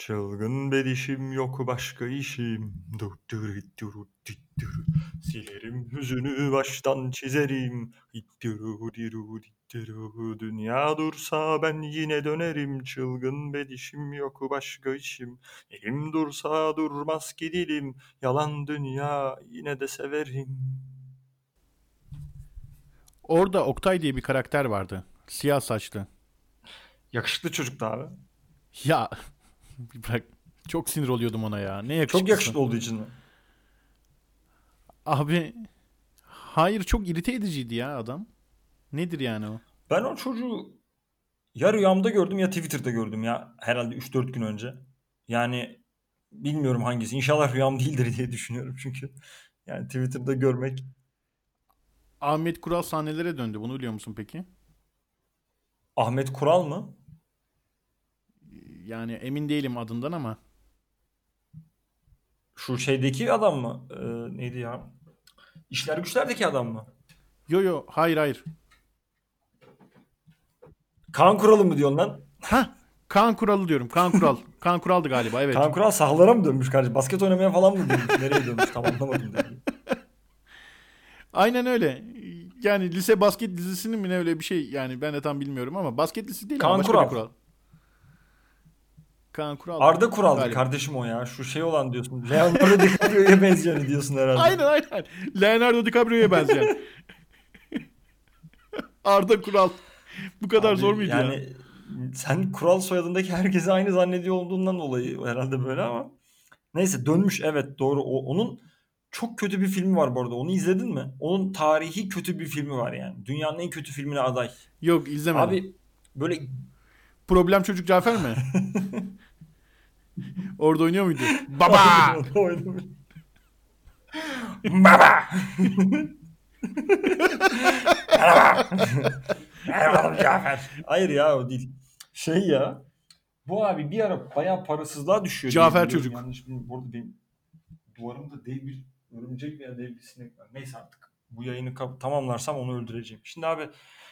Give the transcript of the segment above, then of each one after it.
Çılgın bedişim yok başka işim. Silerim hüzünü baştan çizerim. Dünya dursa ben yine dönerim. Çılgın bedişim yok başka işim. Elim dursa durmaz ki dilim. Yalan dünya yine de severim. Orada Oktay diye bir karakter vardı. Siyah saçlı. Yakışıklı çocuktu abi. Ya bırak. Çok sinir oluyordum ona ya. Ne Çok yakışıklısı. yakışıklı olduğu için mi? Abi hayır, çok irite ediciydi ya adam. Nedir yani o? Ben o çocuğu ya rüyamda gördüm ya Twitter'da gördüm ya. Herhalde 3-4 gün önce. Yani bilmiyorum hangisi. İnşallah rüyam değildir diye düşünüyorum çünkü. Yani Twitter'da görmek. Ahmet Kural sahnelere döndü. Bunu biliyor musun peki? Ahmet Kural mı? Yani emin değilim adından ama. Şu şeydeki adam mı? Neydi ya? İşler Güçler'deki adam mı? Yo yo, hayır hayır. Kaan Kural'ı mı diyorsun lan? Ha, Kaan Kural'ı diyorum. Kaan Kural. Kaan Kural'dı galiba, evet. Kaan Kural sahalara mı dönmüş kardeşim? Basket oynamaya falan mı dönmüş? Nereye dönmüş? Tam anlamadım dedi. Aynen öyle. Yani lise basket dizisinin mi ne, öyle bir şey. Yani ben de tam bilmiyorum ama basket dizisi değil ama Kaan başka bir Kural. kural. Kaan Kural'dı Arda Kural'dır galiba. kardeşim o ya. Şu şey olan diyorsun. Leonardo DiCaprio'ya benziyor diyorsun herhalde. Aynen aynen. Leonardo DiCaprio'ya benzeyen. Arda Kural. Bu kadar zor Abi muydu ya? yani sen Kural soyadındaki herkesi aynı zannediyor olduğundan dolayı herhalde böyle ama. Neyse dönmüş, evet, doğru. Onun çok kötü bir filmi var bu arada. Onu izledin mi? Onun tarihi kötü bir filmi var yani. Dünyanın en kötü filmine aday. Yok, izlemedim. Abi böyle Problem çocuk Cafer mi? Orada oynuyor muydu? hayır Baba! onu oynamış. Baba! Merhaba. Merhaba Cafer. Hayır ya, o değil. Şey ya. Bu abi bir ara bayağı parasızlığa düşüyor diye Cafer biliyorum. çocuk. Yanlış bilmiyorum. Bu arada benim duvarımda dev bir örümcek veya dev bir sinek var. Neyse artık bu yayını tamamlarsam onu öldüreceğim. Şimdi abi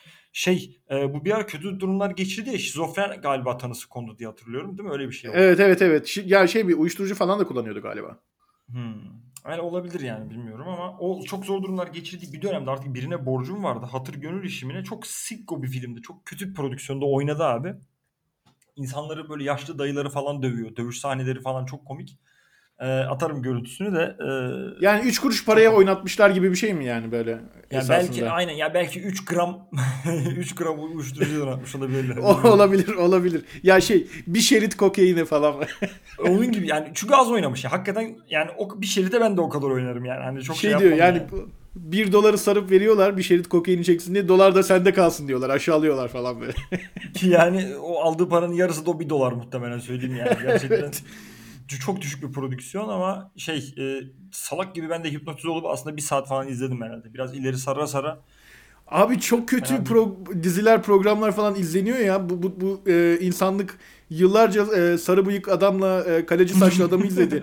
bu bir ara kötü durumlar geçirdi ya, şizofren galiba tanısı kondu diye hatırlıyorum, değil mi? Öyle bir şey oldu. Evet evet evet. Ya şey, bir uyuşturucu falan da kullanıyordu galiba. Hmm. Yani olabilir yani, bilmiyorum ama o çok zor durumlar geçirdiği bir dönemde artık birine borcum vardı. Hatır gönül işimine, çok sikko bir filmdi. Çok kötü bir prodüksiyonda oynadı abi. İnsanları böyle, yaşlı dayıları falan dövüyor. Dövüş sahneleri falan çok komik. Atarım görüntüsünü de. Yani 3 kuruş Çok paraya komik. oynatmışlar gibi bir şey mi yani böyle Yani belki esasında? aynen ya, belki 3 gram 3 gram uyuşturucu donatmış olabilirler, bilmiyorum. Olabilir olabilir. Ya şey, bir şerit kokaini falan. Onun gibi yani, çünkü az oynamış ya. Hakikaten yani o bir şeride ben de o kadar oynarım yani. Hani çok şey Şey diyor yapmam yani, yani. 1 doları sarıp veriyorlar bir şerit kokaini çeksin diye, dolar da sende kalsın diyorlar, aşağılıyorlar falan böyle. Ki yani o aldığı paranın yarısı da o 1 dolar muhtemelen, söyleyeyim yani. Gerçekten Evet. çok düşük bir prodüksiyon ama salak gibi ben de hipnotize olup aslında 1 saat falan izledim herhalde. Biraz ileri sara sara Abi çok kötü fena değil. diziler, programlar falan izleniyor ya. Bu insanlık yıllarca sarı bıyık adamla kaleci saçlı adamı izledi.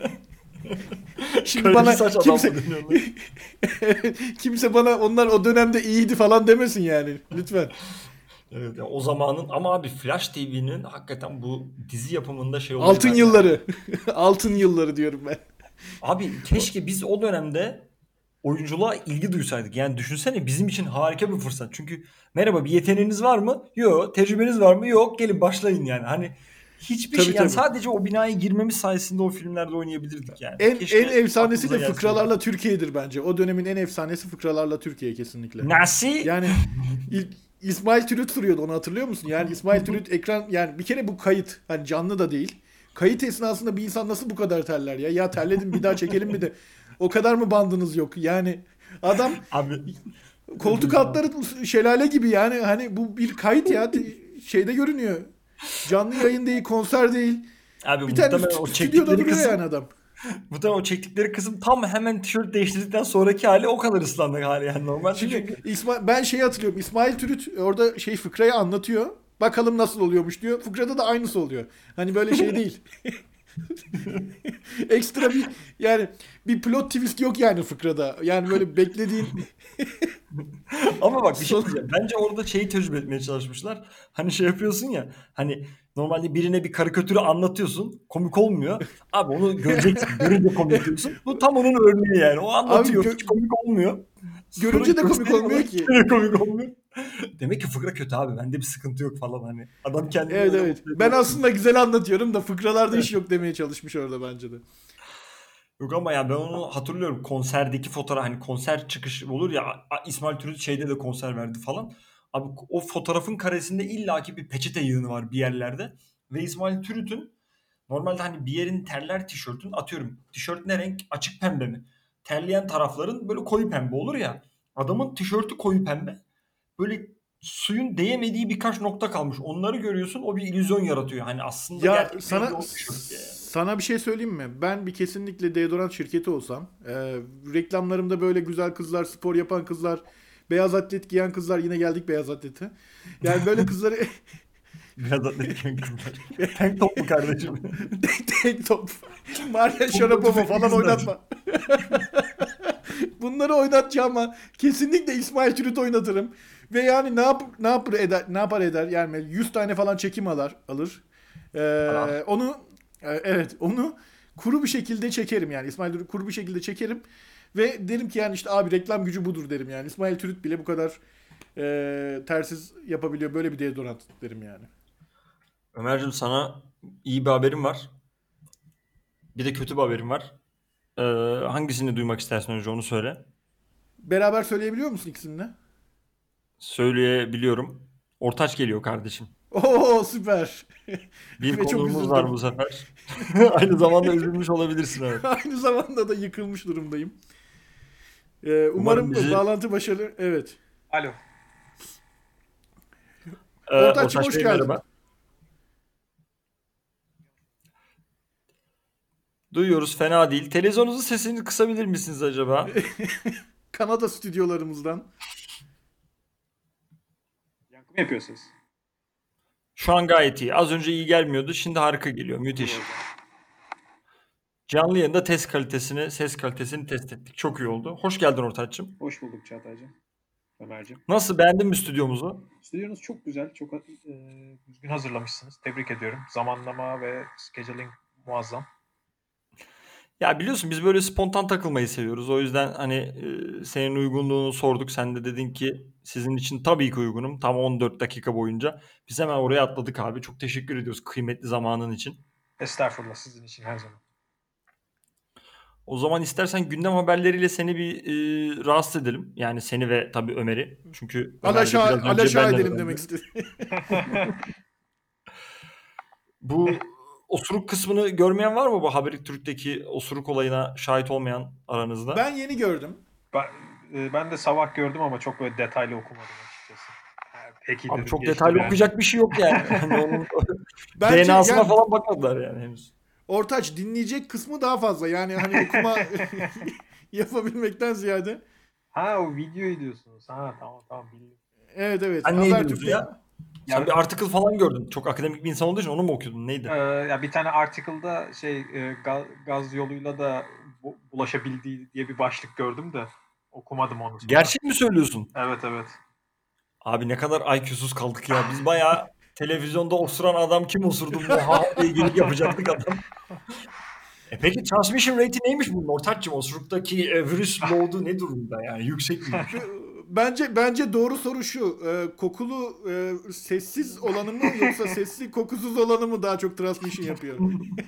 Şimdi Kaleci bana saç adam kimse mı deniyorlar? kimse bana onlar o dönemde iyiydi falan demesin yani. Lütfen. Evet ya, o zamanın ama abi Flash TV'nin hakikaten bu dizi yapımında şey olayı Altın var yani. yılları. Altın yılları diyorum ben. Abi keşke biz o dönemde oyunculuğa ilgi duysaydık. Yani düşünsene, bizim için harika bir fırsat. Çünkü merhaba, bir yeteneğiniz var mı? Yok. Tecrübeniz var mı? Yok. Gelin başlayın yani. Hani hiçbir Tabii şey, yani tabii. sadece o binaya girmemiz sayesinde o filmlerde oynayabilirdik yani. En Keşke efsanesi aklımıza de gelseydi. Fıkralarla Türkiye'dir bence. O dönemin en efsanesi Fıkralarla Türkiye kesinlikle. Nasi? Yani İsmail Türüt soruyordu, onu hatırlıyor musun? Yani İsmail Türüt ekran, yani bir kere bu kayıt, hani canlı da değil. Kayıt esnasında bir insan nasıl bu kadar terler ya? Ya terledim, bir daha çekelim mi de. O kadar mı bandınız yok? Yani adam Abi ne koltuk diyorsun abi? altları şelale gibi yani, hani bu bir kayıt ya, şeyde görünüyor. Canlı yayın değil, konser değil. Abi Bir tane muhtemelen o stüdyoda çektikleri duruyor yani kısım adam. muhtemelen o çektikleri kısım tam hemen tişört değiştirdikten sonraki hali, o kadar ıslandık hali yani normalde, Çünkü çünkü Ben şeyi hatırlıyorum. İsmail Türüt orada şey, fıkrayı anlatıyor. Bakalım nasıl oluyormuş diyor. Fıkrada da aynısı oluyor. Hani böyle şey değil. Ekstra bir yani bir plot twist yok yani fıkrada. Yani böyle beklediğin Ama bak bir şey son... diyeceğim. Bence orada şeyi tecrübe etmeye çalışmışlar. Hani şey yapıyorsun ya. Hani normalde birine bir karikatürü anlatıyorsun. Komik olmuyor. Abi onu göreceksin. Görünce komik diyorsun. Bu tam onun örneği yani. O Abi anlatıyor. Hiç komik olmuyor. Sonra görünce de komik olmuyor gösteriyorlar. ki. Gene komik olmuyor. Demek ki fıkra kötü abi. Bende bir sıkıntı yok falan hani. Adam kendini Evet öyle evet. mutlu Ben ediyor. aslında güzel anlatıyorum da fıkralarda iş yok demeye çalışmış orada bence de. Yok ama ya ben onu hatırlıyorum. Konserdeki fotoğraf hani konser çıkışı olur ya İsmail Türüt şeyde de konser verdi falan. Abi o fotoğrafın karesinde illaki bir peçete yığını var bir yerlerde. Ve İsmail Türüt'ün normalde hani bir yerin terler tişörtün atıyorum. Tişört ne renk? Açık pembe mi? Terleyen tarafların böyle koyu pembe olur ya. Adamın tişörtü koyu pembe. Böyle suyun değemediği birkaç nokta kalmış. Onları görüyorsun o bir illüzyon yaratıyor. Hani aslında Ya gerçek rengi sana o tişört diye. sana bir şey söyleyeyim mi? Ben bir kesinlikle deodorant şirketi olsam, reklamlarımda böyle güzel kızlar, spor yapan kızlar, beyaz atlet giyen kızlar, yine geldik beyaz atlete. Yani böyle kızları Biraz atletik kızlar. Tank top mu kardeşim? tek top, Maria Topla Sharapova tüfekli falan kızlar. oynatma. Bunları oynatacağıma kesinlikle İsmail Türüt oynatırım. Ve yani ne yapar eder yani 100 tane falan çekim alır. Al. Onu evet onu kuru bir şekilde çekerim yani İsmail Türüt kuru bir şekilde çekerim ve derim ki yani işte abi reklam gücü budur derim yani. İsmail Türüt bile bu kadar tersiz yapabiliyor böyle bir deodorant derim yani. Ömerciğim sana iyi bir haberim var. Bir de kötü bir haberim var. Ee, hangisini duymak istersin önce onu söyle. Beraber söyleyebiliyor musun ikisini de? Söyleyebiliyorum. Ortaç geliyor kardeşim. Oo süper. Bir Ve çok konuğumuz var üzüldüm. bu sefer. Aynı zamanda üzülmüş olabilirsin evet. Aynı zamanda da yıkılmış durumdayım. Umarım Umarım bizi... bağlantı başarılı. Evet. Alo. Ortaç'ım Ortaç hoş Bey geldin. merhaba. Duyuyoruz fena değil. Televizyonunuzun sesini kısabilir misiniz acaba? Kanada stüdyolarımızdan. Yankı mı yapıyorsunuz? Şu an gayet iyi. Az önce iyi gelmiyordu. Şimdi harika geliyor. Dur Müthiş. o zaman. Canlı yayında ses kalitesini test ettik. Çok iyi oldu. Hoş geldin Ortaç'cığım. Hoş bulduk Çağatay'cığım. Ömer'cim. Nasıl beğendin mi stüdyomuzu? Stüdyonuz çok güzel. Çok düzgün hazırlamışsınız. Tebrik ediyorum. Zamanlama ve scheduling muazzam. Ya biliyorsun biz böyle spontan takılmayı seviyoruz. O yüzden hani senin uygunluğunu sorduk. Sen de dedin ki sizin için tabii ki uygunum. Tam 14 dakika boyunca. Biz hemen oraya atladık abi. Çok teşekkür ediyoruz kıymetli zamanın için. Estağfurullah sizin için her zaman. O zaman istersen gündem haberleriyle seni bir rahatsız edelim. Yani seni ve tabii Ömer'i. Çünkü Ömer de biraz önce Alaşağı benden edelim demek öğrendi. istedim. Bu osuruk kısmını görmeyen var mı bu Habertürk'teki Türk'teki osuruk olayına şahit olmayan aranızda? Ben yeni gördüm. Ben, ben de sabah gördüm ama çok böyle detaylı okumadım açıkçası. Ha, peki Abi dedim çok geçtim detaylı yani. okuyacak bir şey yok yani. Hani onun Bence DNA'sına yani falan bakmadılar yani henüz. Ortaç dinleyecek kısmı daha fazla. Yani hani okuma yapabilmekten ziyade. Ha o videoyu diyorsunuz. Ha tamam tamam bildim. Evet evet. Sen neyi diyorsun Habertürk'te ya? Sen Ya, bir article falan gördün. Çok akademik bir insan olduğu için onu mu okuyordun? Neydi? ya bir tane article'da gaz yoluyla da bulaşabildiği diye bir başlık gördüm de okumadım onu sonra. Gerçek mi söylüyorsun? Evet evet. Abi ne kadar IQ'suz kaldık ya. Biz bayağı televizyonda osuran adam kim osurdu muha diye gelip yapacaktık adam. Peki transmission rate neymiş bunun Ortaç'cığım? Osuruktaki virüs load'u ne durumda yani? Yüksek miymiş? bence doğru soru şu. Kokulu sessiz olanı mı yoksa sesli kokusuz olanı mı daha çok transmission yapıyor?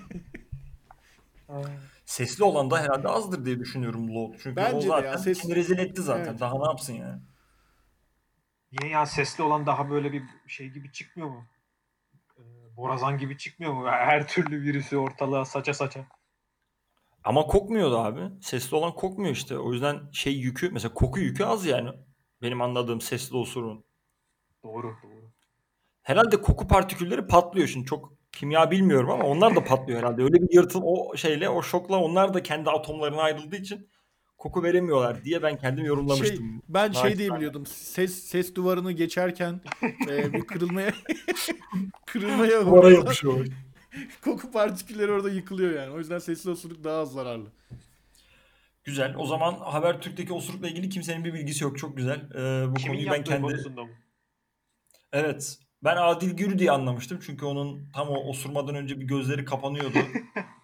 Sesli olan da herhalde azdır diye düşünüyorum load. Çünkü o Bence de ya zaten ses seni rezil etti zaten. evet. Daha ne yapsın yani? Niye ya sesli olan daha böyle bir şey gibi çıkmıyor mu? Ee, Borazan gibi çıkmıyor mu? Her türlü virüsü ortalığa saça saça. Ama kokmuyordu abi. Sesli olan kokmuyor işte. O yüzden şey yükü mesela koku yükü az yani. Benim anladığım sesli osurun. Doğru doğru. Herhalde koku partikülleri patlıyor şimdi çok kimya bilmiyorum ama onlar da patlıyor herhalde. Öyle bir yırtım o şeyle o şokla onlar da kendi atomlarına ayrıldığı için koku veremiyorlar diye ben kendim yorumlamıştım. Ben şey diye Naçizane. biliyordum. Ses duvarını geçerken bir kırılmaya Duvara uğruyorlar. yapışıyor. Koku partikülleri orada yıkılıyor yani. O yüzden sessiz osuruk daha az zararlı. Güzel. O zaman Habertürk'teki osurukla ilgili kimsenin bir bilgisi yok. Çok güzel. Bu Kimin konuyu ben yaptığı kendi... konusunda mı? Evet. Ben Adil Gür diye anlamıştım. Çünkü onun tam o osurmadan önce bir gözleri kapanıyordu.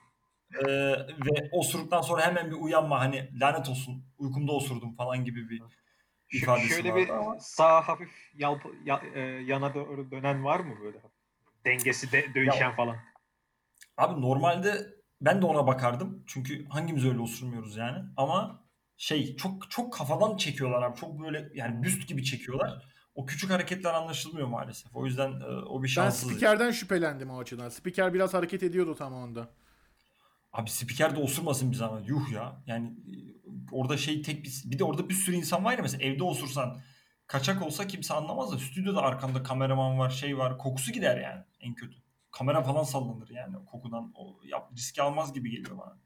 Ve osuruktan sonra hemen bir uyanma, hani lanet olsun uykumda osurdum falan gibi bir ifadesi Şöyle bir vardı ama sağa hafif yana doğru dönen var mı böyle? Dengesi ya değişen falan. abi normalde ben de ona bakardım. Çünkü hangimiz öyle osurmuyoruz yani. Ama çok çok kafadan çekiyorlar abi. Çok böyle yani büst gibi çekiyorlar. O küçük hareketler anlaşılmıyor maalesef. O yüzden o bir Ben şanssızlık. spikerden şüphelendim o açıdan. Spiker biraz hareket ediyordu tam o anda. Abi spiker de osurmasın bir zahmet. Yuh ya. Yani orada bir de orada bir sürü insan var ya, mesela evde osursan kaçak olsa kimse anlamaz da stüdyoda arkanda kameraman var, var, kokusu gider yani en kötü. Kamera falan sallanır yani o kokudan. Riski almaz gibi geliyor bana.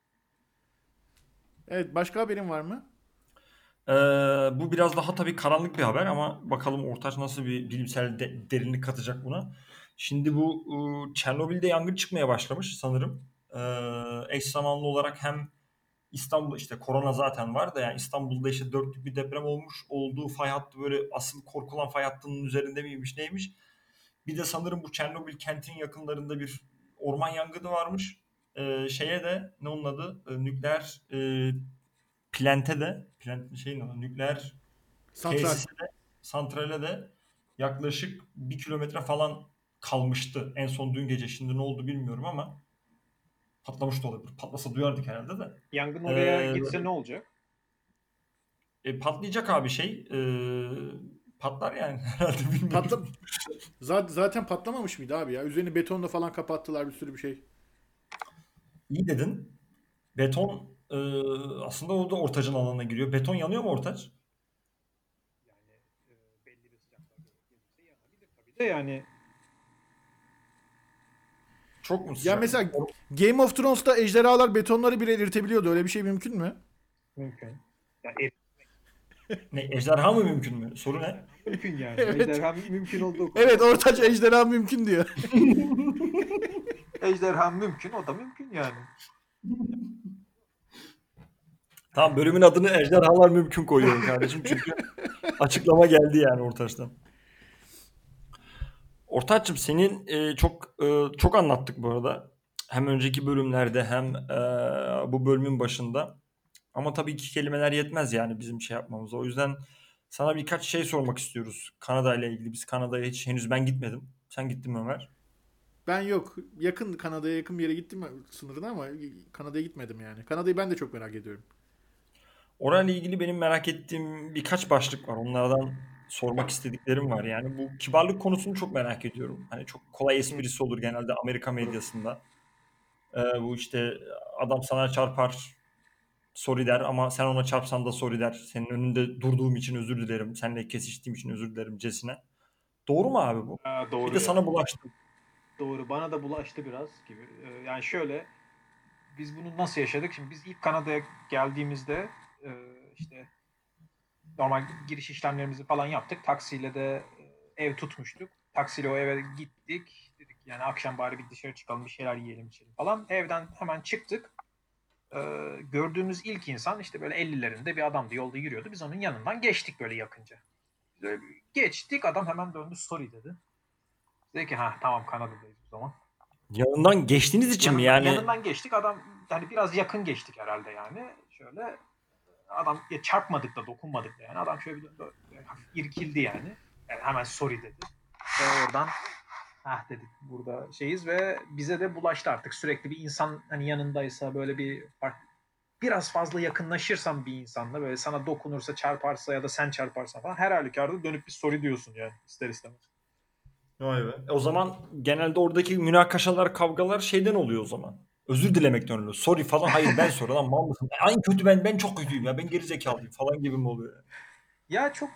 Evet, başka haberin var mı? Ee, Bu biraz daha tabii karanlık bir haber ama bakalım Ortaç nasıl bir bilimsel derinlik katacak buna. Şimdi bu Çernobil'de yangın çıkmaya başlamış sanırım. Eş zamanlı olarak hem İstanbul, işte korona zaten var da yani İstanbul'da işte 4'lük bir deprem olmuş. Olduğu fay hattı böyle asıl korkulan fay hattının üzerinde miymiş neymiş. Bir de sanırım bu Çernobil kentinin yakınlarında bir orman yangını varmış. Şeye de ne onun adı? Nükleer plante de nükleer Santral. tesise de santrale de yaklaşık 1 kilometre falan kalmıştı. En son dün gece, şimdi ne oldu bilmiyorum ama patlamış da olabilir. Patlasa duyardık herhalde de. Yangın oraya Ee, gitse ne olacak? Patlayacak abi patlar yani herhalde, Patla bilmiyorum. zaten patlamamış mıydı abi ya? Üzerini betonla falan kapattılar, bir sürü bir şey. İyi dedin. Beton aslında o da Ortaç'ın alanına giriyor. Beton yanıyor mu Ortaç? Yani belli bir sıcaklığa gelirse yanabilir tabii de yani Çok mu Ya sıcak? mesela Game of Thrones'ta ejderhalar betonları bile eritebiliyordu. Öyle bir şey mümkün mü? mümkün. Ya Ne, ejderha mı mümkün mü? Soru ne? ejderha mümkün yani. Evet. Ejderha mümkün olduğu Evet, konuda Ortaç ejderha mümkün diyor. ejderha mümkün, o da mümkün yani. Tamam, bölümün adını ejderhalar mümkün koyuyorum kardeşim. Çünkü açıklama geldi yani Ortaç'tan. Ortaç'cığım senin çok anlattık bu arada. Hem önceki bölümlerde hem bu bölümün başında. Ama tabii ki kelimeler yetmez yani bizim şey yapmamıza. O yüzden sana birkaç şey sormak istiyoruz Kanada ile ilgili. Biz Kanada'ya henüz ben gitmedim. Sen gittin mi Ömer? Ben yok. Yakın, Kanada'ya yakın bir yere gittim sınırına ama Kanada'ya gitmedim yani. Kanada'yı ben de çok merak ediyorum. Orayla ilgili benim merak ettiğim birkaç başlık var. Onlardan sormak istediklerim var. Yani bu kibarlık konusunu çok merak ediyorum. Hani çok kolay Hı. esprisi olur genelde Amerika medyasında. Bu işte adam sana çarpar, sorry der, ama sen ona çarpsan da sorry der. Senin önünde durduğum için özür dilerim. Seninle kesiştiğim için özür dilerim cesine. Doğru mu abi bu? Bir Doğru de ya. sana bulaştı. Doğru. Bana da bulaştı biraz gibi. Yani şöyle, biz bunu nasıl yaşadık? Şimdi biz ilk Kanada'ya geldiğimizde işte normal giriş işlemlerimizi falan yaptık. Taksiyle de ev tutmuştuk. Taksiyle o eve gittik. Dedik yani akşam bari bir dışarı çıkalım, bir şeyler yiyelim içelim falan. Evden hemen çıktık. Gördüğümüz ilk insan işte böyle 50'lerinde bir adamdı. Yolda yürüyordu. Biz onun yanından geçtik böyle yakınca. Böyle geçtik. Adam hemen döndü, sorry dedi. Dedi ki ha tamam, Kanada'dayız o zaman. Yanından geçtiğiniz için mi yani? Yanından geçtik. Adam yani biraz yakın geçtik herhalde yani. Şöyle adam çarpmadık da dokunmadık da yani. Adam şöyle bir hafif irkildi yani. Yani hemen sorry dedi. Ve oradan ah dedik, burada şeyiz ve bize de bulaştı artık. Sürekli bir insan hani yanındaysa, böyle biraz fazla yakınlaşırsan bir insanla, böyle sana dokunursa, çarparsa ya da sen çarparsan falan, her halükarda dönüp bir sorry diyorsun yani ister istemez. Vay be. O zaman genelde oradaki münakaşalar, kavgalar şeyden oluyor o zaman. Özür dilemekten oluyor. Sorry falan. Hayır ben sorry lan, mal mısın? En kötü ben çok kötüyüm ya. Ben geri zekalıyım falan gibi mi oluyor? Ya çok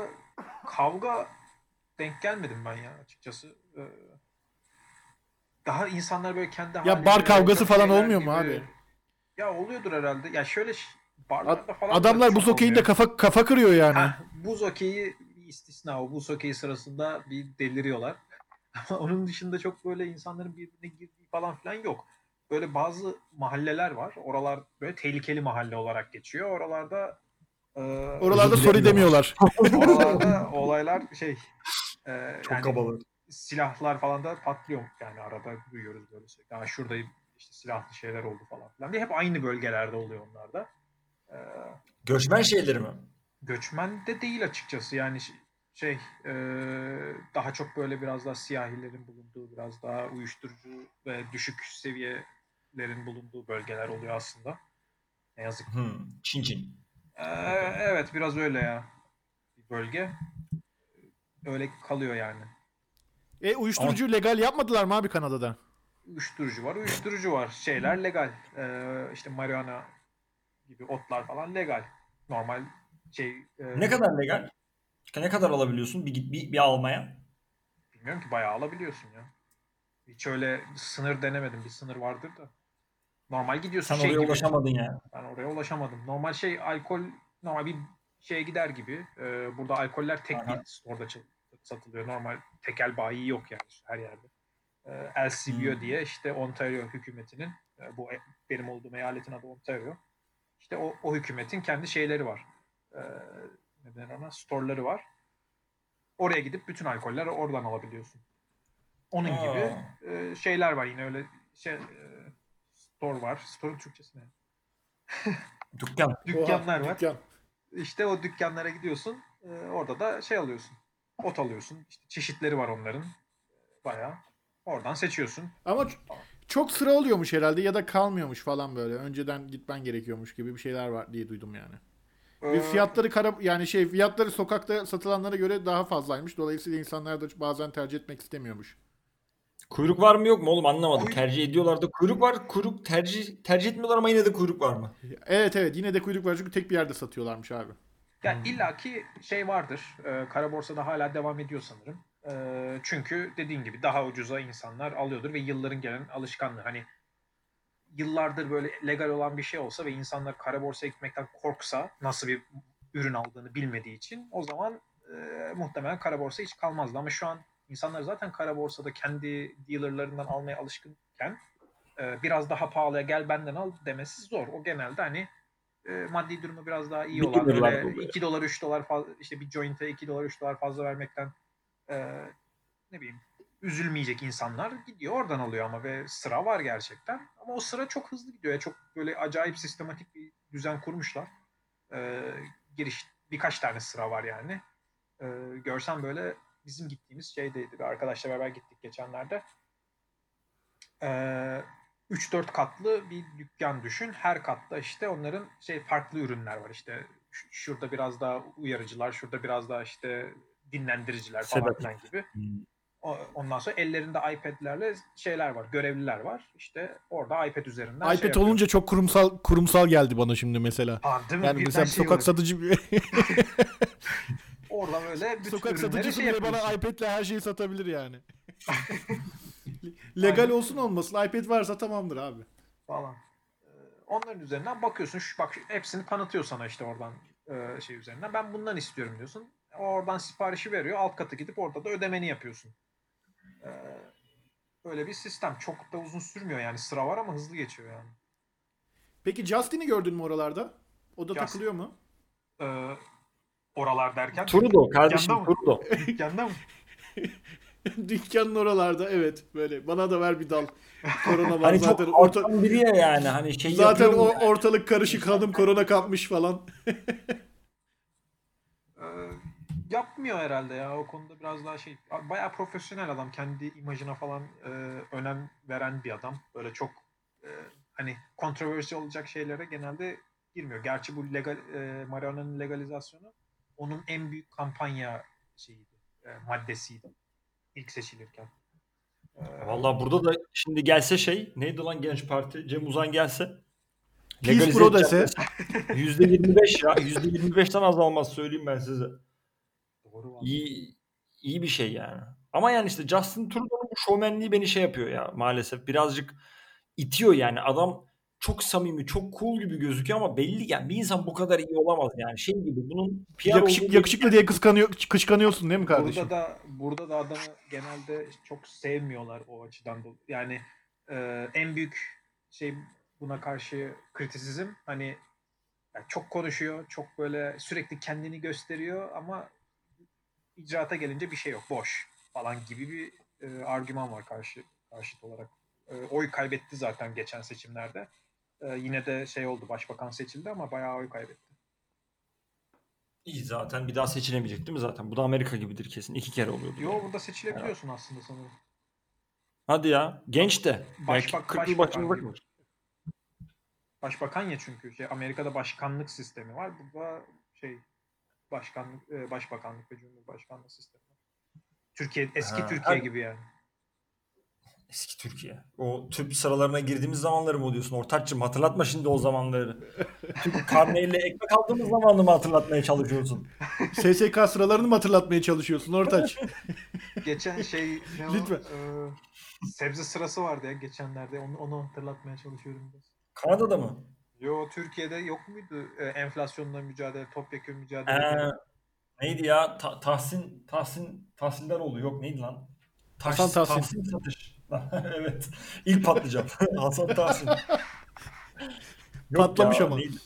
kavga denk gelmedim ben ya açıkçası. Daha insanlar böyle kendi Ya bar halinde kavgası olacak falan şeyler olmuyor mu abi? gibi. Ya oluyordur herhalde. Ya şöyle barlarda falan da Adamlar buz çok okeyinde oluyor. kafa kırıyor yani. Buz okeyi bir istisna. O buz okeyi sırasında bir deliriyorlar. Ama onun dışında çok böyle insanların birbirine girdiği falan filan yok. Böyle bazı mahalleler var. Oralar böyle tehlikeli mahalle olarak geçiyor. Oralarda e, Oralarda Özür sorry dilemiyorlar. demiyorlar. oralarda olaylar e, Çok yani kabalar. silahlar falan da patlıyor. Yani arada duyuyoruz böyle sürekli. Yani şurada işte silahlı şeyler oldu falan filan diye. Hep aynı bölgelerde oluyor onlar da. E, Göçmen şeyleri mi? Göçmen de değil açıkçası. Yani şey e, daha çok böyle biraz daha siyahilerin bulunduğu, biraz daha uyuşturucu ve düşük seviyelerin bulunduğu bölgeler oluyor aslında. Ne yazık ki. Çin Çin. E, Okey. evet biraz öyle ya bir bölge. Öyle kalıyor yani. Ama Uyuşturucu legal yapmadılar mı abi Kanada'da? Uyuşturucu var, uyuşturucu var. Şeyler legal. İşte marihuana gibi otlar falan legal. Normal şey ne kadar legal? Ne kadar alabiliyorsun bir almaya? bilmiyorum ki bayağı alabiliyorsun ya. Hiç öyle sınır denemedim. Bir sınır vardır da. Normal gidiyorsun Sen şey oraya gibi. ulaşamadın yani. Ben oraya ulaşamadım. Normal şey alkol normal bir şeye gider gibi. Burada alkoller tek Aha. bir orada satılıyor. Normal tekel bayi yok yani her yerde. LCBO Hmm. diye işte Ontario hükümetinin bu benim olduğum eyaletin adı Ontario. İşte o hükümetin kendi şeyleri var. E, Neden ona? Storeları var. Oraya gidip bütün alkoller oradan alabiliyorsun. Onun gibi Aa, şeyler var yine öyle store var. Store'un Türkçesi ne? dükkan. Oha Dükkanlar var. dükkan. İşte o dükkanlara gidiyorsun. Orada da şey alıyorsun. Ot alıyorsun. İşte çeşitleri var onların. Bayağı. Oradan seçiyorsun. Ama çok sıra oluyormuş herhalde ya da kalmıyormuş falan böyle. Önceden gitmen gerekiyormuş gibi bir şeyler var diye duydum yani. Ve Ee, fiyatları yani fiyatları sokakta satılanlara göre daha fazlaymış. Dolayısıyla insanlar da bazen tercih etmek istemiyormuş. Kuyruk var mı yok mu oğlum anlamadım. kuyruk Tercih ediyorlar da kuyruk var. Kuyruk tercih etmiyorlar ama yine de kuyruk var mı? Evet evet yine de kuyruk var çünkü tek bir yerde satıyorlarmış abi. ya illaki şey vardır. Kara borsada hala devam ediyor sanırım. Çünkü dediğin gibi daha ucuza insanlar alıyordur ve yılların gelen alışkanlığı. Hani yıllardır böyle legal olan bir şey olsa ve insanlar kara borsaya gitmekten korksa nasıl bir ürün aldığını bilmediği için o zaman muhtemelen kara borsa hiç kalmazdı. Ama şu an insanlar zaten kara borsada kendi dealerlarından almaya alışkınken biraz daha pahalıya gel benden al demesi zor. O genelde hani maddi durumu biraz daha iyi olan Beginner'lar da öyle oluyor. 2 dolar 3 dolar fazla, işte bir joint'e 2 dolar 3 dolar fazla vermekten e, ne bileyim üzülmeyecek insanlar gidiyor oradan alıyor ama ve sıra var gerçekten. Ama o sıra çok hızlı gidiyor. Ya. Çok böyle acayip sistematik bir düzen kurmuşlar. Giriş birkaç tane sıra var yani. Görsem böyle bizim gittiğimiz şeydeydi. Bir arkadaşla beraber gittik geçenlerde. Ee, 3-4 katlı bir dükkan düşün. Her katta işte onların şey farklı ürünler var. İşte şurada biraz daha uyarıcılar, şurada biraz daha işte dinlendiriciler falan Sedatif. filan gibi. Hmm. Ondan sonra ellerinde iPad'lerle şeyler var, görevliler var. İşte orada iPad üzerinden şey iPad yapıyor. olunca çok kurumsal geldi bana şimdi mesela. Ha, değil mi? Yani Birden mesela bir şey sokak oluyor. satıcı Orada böyle bütün sokak ürünleri satıcısı şey bile bana yapıyorsun. iPad'le her şeyi satabilir yani. Legal Aynen olsun öyle. olmasın iPad varsa tamamdır abi. Falan. Ee, Onların üzerinden bakıyorsun. Bak hepsini tanıtıyor sana işte oradan şey üzerinden. Ben bundan istiyorum diyorsun. O oradan siparişi veriyor. Alt katı gidip orada da ödemeni yapıyorsun. Ee, Böyle bir sistem. Çok da uzun sürmüyor yani. Sıra var ama hızlı geçiyor yani. Peki Justin'i gördün mü oralarda? O da Just takılıyor mu? e, oralar derken Trudeau dükkanda kardeşim mı? Trudeau. Dükkanda mı? Dükkanın oralarda evet böyle bana da ver bir dal. Korona var Hani çok zaten halktan biri ya yani hani şey zaten yapıyor o mu ortalık karışık yani? hanım korona kapmış falan. Ee, Yapmıyor herhalde ya. O konuda biraz daha şey. Bayağı profesyonel adam. Kendi imajına falan önem veren bir adam. Böyle çok e, hani kontroversi olacak şeylere genelde girmiyor. Gerçi bu marijuana'nın legalizasyonu onun en büyük kampanya şeyiydi. Maddesiydi. İlk seçilirken. E, Vallahi burada da şimdi gelse şey neydi lan Genç Parti Cem Uzan gelse Peace legalize Pro edeceğim dese dese %25 ya %25'ten azalmaz söyleyeyim ben size. doğru valla. İyi iyi bir şey yani. Ama yani işte Justin Trudeau'nun bu şovmenliği beni şey yapıyor ya maalesef birazcık itiyor yani adam çok samimi, çok cool gibi gözüküyor ama belli yani bir insan bu kadar iyi olamaz yani. Şey gibi bunun PR olduğu belli. Yakışıklı diye kıskanıyorsun değil mi kardeşim? Burada da adamı genelde çok sevmiyorlar o açıdan da. Yani en büyük şey buna karşı kritisizm hani yani çok konuşuyor, çok böyle sürekli kendini gösteriyor ama icraata gelince bir şey yok, boş falan gibi bir argüman var karşıt olarak. Oy kaybetti zaten geçen seçimlerde. Yine de şey oldu, başbakan seçildi ama bayağı oy kaybetti. İyi zaten bir daha seçilemeyecek değil mi zaten? Bu da Amerika gibidir kesin. 2 kere oluyordur Yo, yani. burada seçilebiliyorsun aslında sanırım. Hadi ya. Genç de. Belki 40 yıl Başbakan başımıza gibi. kalır. Başbakan ya, çünkü Amerika'da başkanlık sistemi var. Burada başbakanlık ve cumhurbaşkanlığı sistemi var. Eski Ha, Türkiye gibi yani. eski Türkiye. O Türk sıralarına girdiğimiz zamanları mı diyorsun? Ortaç'cığım hatırlatma şimdi o zamanları. Türk karneyle ekmek aldığımız zamanı mı hatırlatmaya çalışıyorsun? SSK sıralarını mı hatırlatmaya çalışıyorsun Ortaç? Geçen ne o? Lütfen. Sebze sırası vardı ya geçenlerde. Onu hatırlatmaya çalışıyorum biraz. Kanada'da mı? Yo, Türkiye'de yok muydu enflasyonla mücadele, topyekun mücadele diye? Ee, neydi ya? Tahsildaroğlu yok neydi lan? Hasan Tahsin. Tahsin satış. Evet. İlk patlıcan. Hasan Tahsin. Yok Patlamış ya ama. neydi?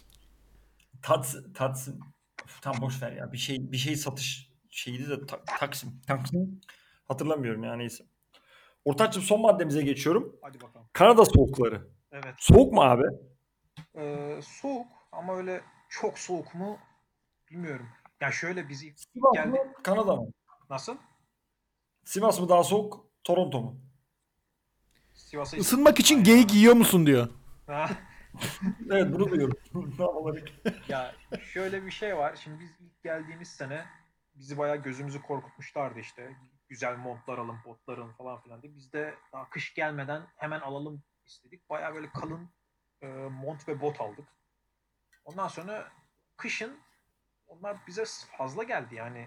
Tatsin. Of, tam boş ver ya. Bir şey satış şeydi de Taksim. Taksim. Hatırlamıyorum ya neyse. Ortaç'cığım son maddemize geçiyorum. Hadi bakalım. Kanada soğukları. Evet. Soğuk mu abi? Soğuk ama öyle çok soğuk mu bilmiyorum. Ya şöyle biz ilk Sivas mı? geldi. Kanada mı? Nasıl? Sivas mı daha soğuk? Toronto mu? Sivas'a hiç Isınmak gitmedim ben için ya. geyik yiyor musun diyor. Ha, Evet bunu duyuyorum. Ne yapalım? ya şöyle bir şey var. Şimdi biz ilk geldiğimiz sene bizi bayağı gözümüzü korkutmuşlardı işte. Güzel montlar alın, botlar alın falan filan diye. Biz de daha kış gelmeden hemen alalım istedik. Bayağı böyle kalın mont ve bot aldık. Ondan sonra kışın onlar bize fazla geldi yani.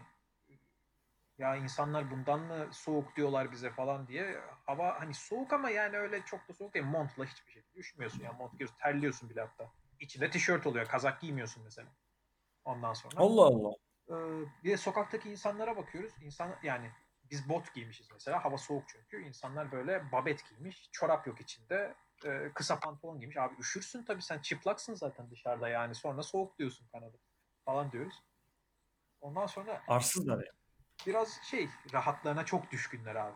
Ya insanlar bundan mı soğuk diyorlar bize falan diye. Hava hani soğuk ama yani öyle çok da soğuk değil. Montla hiçbir şekilde üşümüyorsun ya. Mont giyiyorsun, terliyorsun bile hatta. İçinde tişört oluyor. Kazak giymiyorsun mesela. Ondan sonra. Allah Allah. Ee, Bir de sokaktaki insanlara bakıyoruz. Yani biz bot giymişiz mesela. Hava soğuk çünkü. İnsanlar böyle babet giymiş. Çorap yok içinde. Kısa pantolon giymiş. Abi üşürsün tabii, sen çıplaksın zaten dışarıda yani. Sonra soğuk diyorsun Kanada falan diyoruz. Ondan sonra Arsızlar ya. biraz rahatlarına çok düşkünler abi.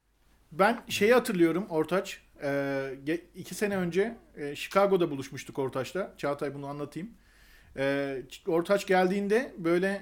Ben şeyi hatırlıyorum Ortaç. 2 sene önce Chicago'da buluşmuştuk Ortaç'la. Çağatay bunu anlatayım. Ortaç geldiğinde böyle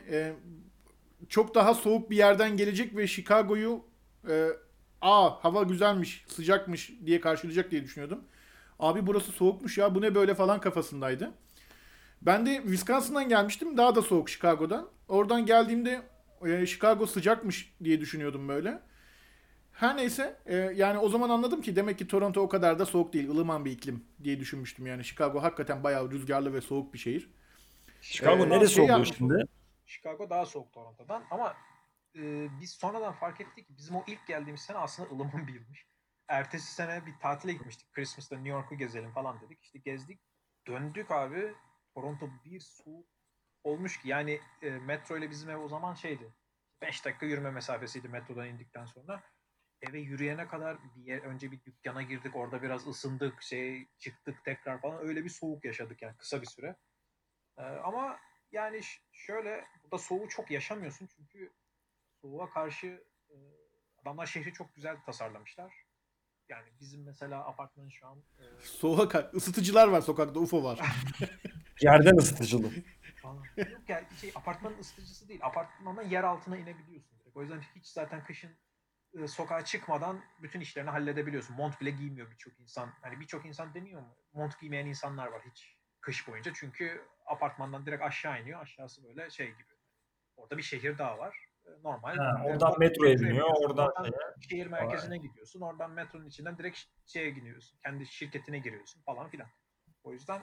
çok daha soğuk bir yerden gelecek ve Chicago'yu e, hava güzelmiş, sıcakmış diye karşılayacak diye düşünüyordum. Abi burası soğukmuş ya, bu ne böyle falan kafasındaydı. Ben de Wisconsin'dan gelmiştim, daha da soğuk Chicago'dan. Oradan geldiğimde Chicago sıcakmış diye düşünüyordum böyle. Her neyse yani o zaman anladım ki demek ki Toronto o kadar da soğuk değil, ılıman bir iklim diye düşünmüştüm yani. Chicago hakikaten bayağı rüzgarlı ve soğuk bir şehir. Chicago Chicago daha neresi Şey oluyor soğuk. şimdi? Chicago daha soğuk Toronto'dan ama biz sonradan fark ettik ki bizim o ilk geldiğimiz sene aslında ılıman bir yılmış. Ertesi sene bir tatile gitmiştik. Christmas'ta New York'u gezelim falan dedik. İşte gezdik. Döndük abi. Toronto bir soğuk olmuş ki yani metro ile bizim ev o zaman 5 dakika yürüme mesafesiydi metrodan indikten sonra. Eve yürüyene kadar önce bir dükkana girdik. Orada biraz ısındık. Çıktık tekrar falan. Öyle bir soğuk yaşadık yani kısa bir süre. Ama yani şöyle burada soğuğu çok yaşamıyorsun çünkü soğuğa karşı adamlar şehri çok güzel tasarlamışlar. Yani bizim mesela apartmanın şu an Soğuk, ısıtıcılar var sokakta, UFO var. Yerden ısıtıcılı. falan. Yok ya, apartmanın ısıtıcısı değil. Apartmanın yer altına inebiliyorsun direkt. O yüzden hiç zaten kışın sokağa çıkmadan bütün işlerini halledebiliyorsun. Mont bile giymiyor birçok insan. Hani birçok insan demiyor mu? Mont giymeyen insanlar var hiç kış boyunca. Çünkü apartmandan direkt aşağı iniyor. Aşağısı böyle gibi. Orada bir şehir daha var. Normal Ha, oradan metroya metroya biniyor. biniyorsun. Oradan Oradan şeye. şehir Vay. merkezine gidiyorsun. Oradan metronun içinden direkt şeye giriyorsun. Kendi şirketine giriyorsun falan filan. O yüzden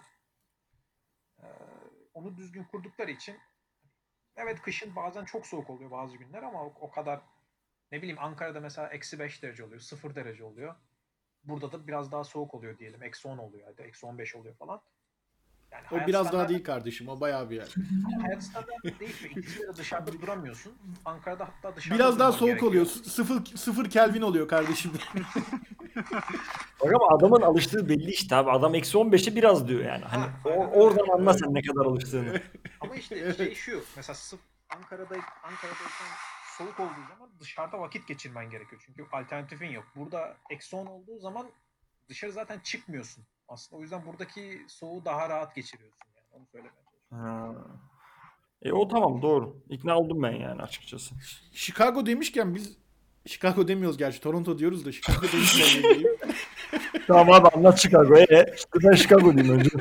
e, onu düzgün kurdukları için evet, kışın bazen çok soğuk oluyor bazı günler ama o kadar, ne bileyim, Ankara'da mesela -5 derece oluyor, 0 derece oluyor. burada da biraz daha soğuk oluyor diyelim. -10 oluyor ya da -15 oluyor falan. Yani O hayat biraz daha standartı, değil kardeşim. O bayağı bir yer. hayat standartı değişmiyor. İkisinde de dışarıda duramıyorsun. Ankara'da hatta dışarıda Biraz daha durman soğuk gerekiyor. oluyor. Sıfır Kelvin oluyor kardeşim. Bak ama adamın alıştığı belli işte abi. Adam -15'e biraz diyor yani. Hani Aynen öyle. oradan anla sen ne kadar alıştığını. Ama işte şey şu. Mesela Ankara'dayken soğuk olduğu zaman dışarıda vakit geçirmen gerekiyor. Çünkü alternatifin yok. Burada -10 olduğu zaman dışarı zaten çıkmıyorsun. Aslında o yüzden buradaki soğuğu daha rahat geçiriyorsun yani. Onu söylemeye çalışıyorum. Ha. O tamam, doğru. İkna oldum ben yani açıkçası. Chicago demişken biz Chicago demiyoruz gerçi. Toronto diyoruz da Chicago demişken ne diyeyim? Tamam abi, anlat Chicago. İşte ben Chicago diyeyim önce.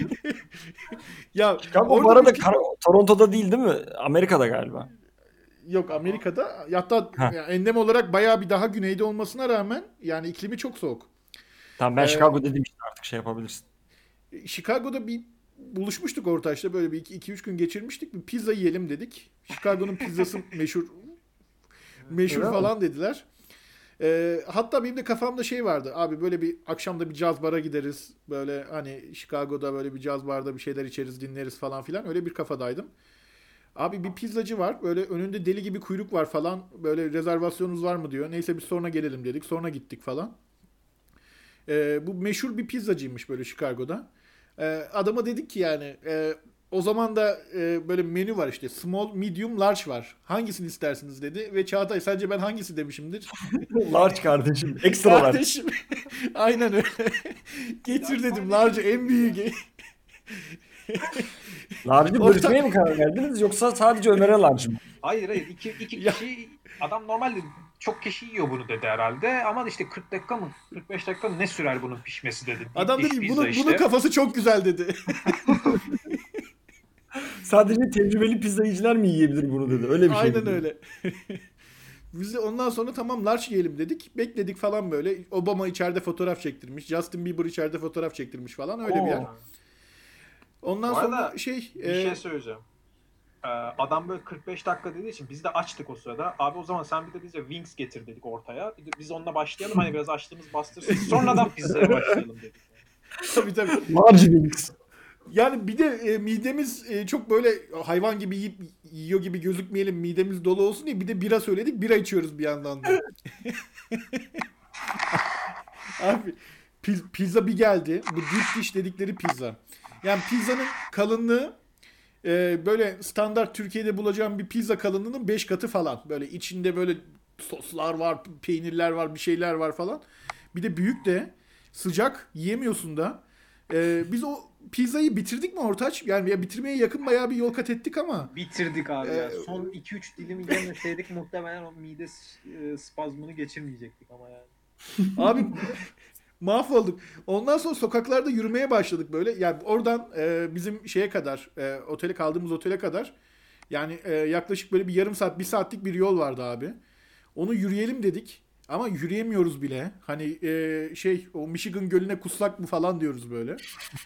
Ya Chicago bu orada arada bir- Toronto'da değil mi? Amerika'da galiba. yok Amerika'da, hatta Ha. yani enlem olarak bayağı bir daha güneyde olmasına rağmen yani iklimi çok soğuk. Tamam, ben Ee, Chicago dedim işte, artık şey yapabilirsin. Chicago'da bir buluşmuştuk Ortaç'ta, böyle bir 2-3 gün geçirmiştik. Bir pizza yiyelim dedik. Chicago'nun pizzası meşhur Öyle mi? falan dediler. Hatta benim de kafamda şey vardı. Abi böyle bir akşamda bir caz bara gideriz. Böyle hani Chicago'da böyle bir caz barda bir şeyler içeriz, dinleriz falan filan. Öyle bir kafadaydım. Abi bir pizzacı var. Böyle önünde deli gibi kuyruk var falan. Böyle rezervasyonunuz var mı diyor. Neyse biz sonra gelelim dedik. Sonra gittik falan. Bu meşhur bir pizzacıymış böyle Chicago'da. Adama dedik ki yani o zaman da böyle menü var işte. Small, medium, large var. Hangisini istersiniz dedi. Ve Çağatay sence ben hangisi demişimdir? Large kardeşim. Extra large. Kardeşim. Aynen öyle. Getir dedim. Large en büyüğü. Large'ı Orta- bölüşmeye mi karar verdiniz, yoksa sadece Ömer'e large mı? Hayır iki Ya- kişi, adam normalde çok kişi yiyor bunu dedi herhalde, ama işte 40 dakika mı 45 dakika mı ne sürer bunun pişmesi dedi. Deep Adam dish dedi ki pizza bunun kafası çok güzel dedi. Sadece tecrübeli pizzacılar mı yiyebilir bunu dedi. Öyle bir şey Aynen dedi. öyle. Biz de ondan sonra tamam large yiyelim dedik. Bekledik falan böyle. Obama içeride fotoğraf çektirmiş. Justin Bieber içeride fotoğraf çektirmiş falan. Öyle bir yer. Oo. Ondan Bu arada sonra şey... bir şey söyleyeceğim. Adam böyle 45 dakika dediği için biz de açtık o sırada. Abi o zaman sen bir de bize wings getir dedik ortaya. Bir de biz onunla başlayalım, hani biraz açtığımız bastırsın. Sonradan pizzaya başlayalım dedik. tabii tabii. Large wings. Yani bir de midemiz çok böyle hayvan gibi yiyor gibi gözükmeyelim. Midemiz dolu olsun diye bir de bira söyledik. Bira içiyoruz bir yandan da. Abi pizza bir geldi. Bu deep dish dedikleri pizza. Yani pizzanın kalınlığı böyle standart Türkiye'de bulacağım bir pizza kalınlığının 5 katı falan. Böyle içinde böyle soslar var, peynirler var, bir şeyler var falan. Bir de büyük de sıcak, yiyemiyorsun da. Biz o pizzayı bitirdik mi Ortaç? Yani ya bitirmeye yakın bayağı bir yol kat ettik ama. Bitirdik abi ya. Ee, Son 2-3 dilimi yemeseydik muhtemelen o mide spazmını geçirmeyecektik ama yani. Abi mahvolduk. Ondan sonra sokaklarda yürümeye başladık böyle. Yani oradan bizim şeye kadar, otele kaldığımız otele kadar, yani yaklaşık böyle bir yarım saat, bir saatlik bir yol vardı abi. Onu yürüyelim dedik. Ama yürüyemiyoruz bile. Hani o Michigan Gölü'ne kussak mı falan diyoruz böyle.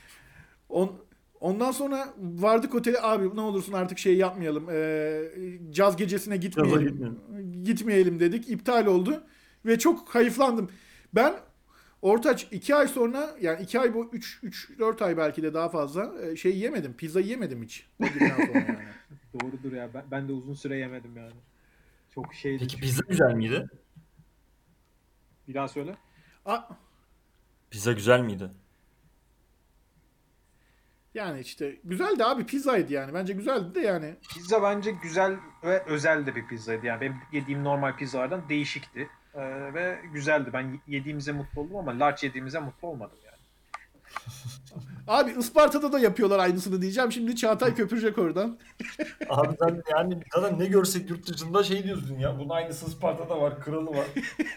Ondan sonra vardık otele, abi ne olursun artık şey yapmayalım. Caz gecesine Gaza gitmeyelim. gitmeyelim. Gitmeyelim dedik. İptal oldu. Ve çok hayıflandım. Ben Ortaç 2 ay sonra, yani 2 ay bu 3-4 ay belki de daha fazla şey yemedim. Pizza yemedim hiç. O günden sonra yani. Doğrudur ya. Ben de uzun süre yemedim yani. Çok şeydi. Peki pizza güzel miydi? Bir daha söyle. A- Pizza güzel miydi? Yani işte güzeldi abi, pizzaydı yani. Bence güzeldi de yani. Pizza bence güzel ve özel de bir pizzaydı. Yani benim yediğim normal pizzalardan değişikti. Ve güzeldi. Ben yediğimize mutlu oldum ama large yediğimize mutlu olmadım yani. Abi Isparta'da da yapıyorlar aynısını diyeceğim. Şimdi Çağatay köpürecek oradan. Abi sen yani zaten ne görsek yurt dışında şey diyorsun ya. Bunun aynısı Isparta'da var, kralı var.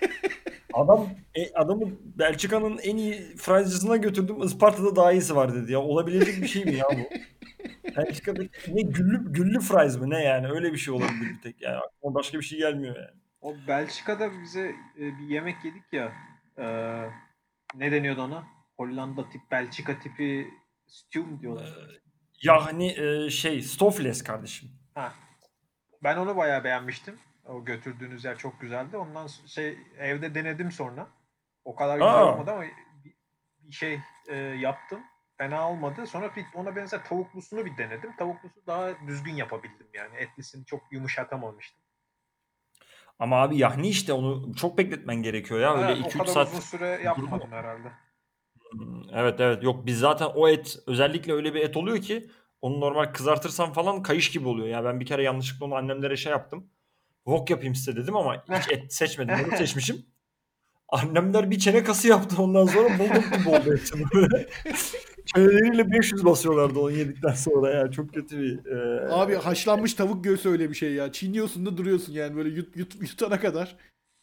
Adamı Belçika'nın en iyi frycısına götürdüm. Isparta'da daha iyisi var dedi ya. Olabilecek bir şey mi ya bu? Belçika'daki ne güllü fries mi ne yani? Öyle bir şey olabilir bir tek. Yani aklıma başka bir şey gelmiyor yani. O Belçika'da bize bir yemek yedik ya. e, Ne deniyordu ona? Hollanda tip, Belçika tipi stew mu diyorlar? Ya hani Stoffles kardeşim. Ha. Ben onu bayağı beğenmiştim. O götürdüğünüz yer çok güzeldi. Ondan evde denedim sonra. O kadar güzel Aa, olmadı ama bir şey yaptım. Fena olmadı. Sonra ona benzer tavuklusunu bir denedim. Tavuklusu daha düzgün yapabildim yani. Etlisini çok yumuşatamamıştım. ama abi yahni işte onu çok bekletmen gerekiyor ya. Öyle Evet, o 2-3 kadar uzun saat süre durma. yapmadım herhalde. Evet evet, yok biz zaten o et özellikle öyle bir et oluyor ki onu normal kızartırsan falan kayış gibi oluyor. Ya ben bir kere yanlışlıkla onu annemlere şey yaptım. Wok yapayım size dedim ama hiç et seçmedim. Onu seçmişim. Annemler bir çene kası yaptı ondan sonra bulduk gibi oldu etin. Çeneleriyle 500 basıyorlardı onu yedikten sonra ya. Çok kötü bir Abi haşlanmış tavuk göğsü öyle bir şey ya. Çiğniyorsun da duruyorsun yani böyle yutana kadar.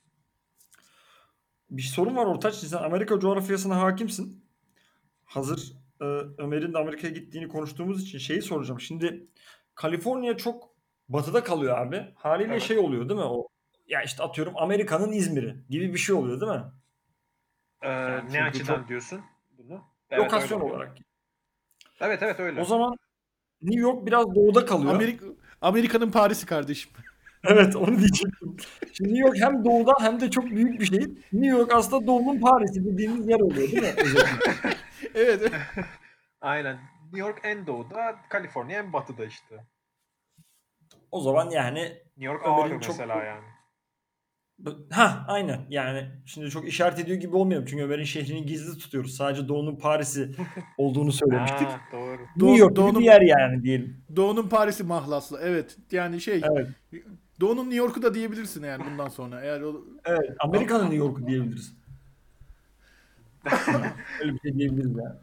bir sorun var Ortaç. Sen Amerika coğrafyasına hakimsin. Hazır Ömer'in de Amerika'ya gittiğini konuştuğumuz için şeyi soracağım. Şimdi Kaliforniya çok batıda kalıyor abi. Haliyle Evet. şey oluyor değil mi? O ya işte atıyorum Amerika'nın İzmir'i gibi bir şey oluyor değil mi? Yani Ne çünkü çok açıdan diyorsun bunu? Evet, öyle lokasyon oluyor. olarak. Evet, evet, O öyle. zaman New York biraz doğuda kalıyor. Amerika Amerika'nın Paris'i kardeşim. Evet, onu diyecektim. Şimdi New York hem doğuda hem de çok büyük bir şehir. New York aslında doğunun Paris'i dediğimiz yer oluyor değil mi? Özellikle. Evet. Aynen. New York en doğuda, Kaliforniya en batıda işte. O zaman yani New York Ömer'in ağrı çok mesela yani. ha aynen yani şimdi çok işaret ediyor gibi olmayalım çünkü Ömer'in şehrini gizli tutuyoruz. Sadece doğunun Paris'i olduğunu söylemiştik. Ha, doğru. New York gibi bir Doğu'nun yer yani diyelim. Doğu'nun Paris'i mahlaslı. Evet. Yani şey Evet. Doğu'nun New York'u da diyebilirsin yani bundan sonra. Eğer o Evet. Am- Amerika'nın New York'u diyebiliriz. Yani öyle bir şey diyebiliriz yani.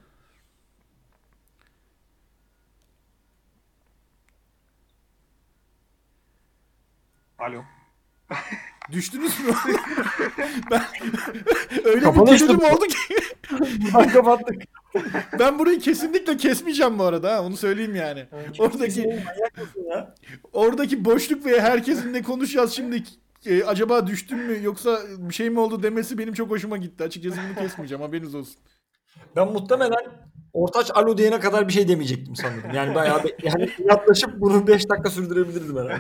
Alo. düştünüz mü? Ben öyle bir Kapanıştı gerilim bu. oldu ki Buradan kapattık. ben burayı kesinlikle kesmeyeceğim bu arada ha. Onu söyleyeyim yani. Kesin Oradaki oğlum, manyak mısın ya? oradaki boşluk ve herkesin ne konuşacağız şimdi acaba düştüm mü yoksa bir şey mi oldu demesi benim çok hoşuma gitti. Açıkçası bunu kesmeyeceğim haberiniz olsun. Ben muhtemelen Ortaç alo diyene kadar bir şey demeyecektim sanırım. Yani bayağı yani yaklaşıp bunu 5 dakika sürdürebilirdim herhalde.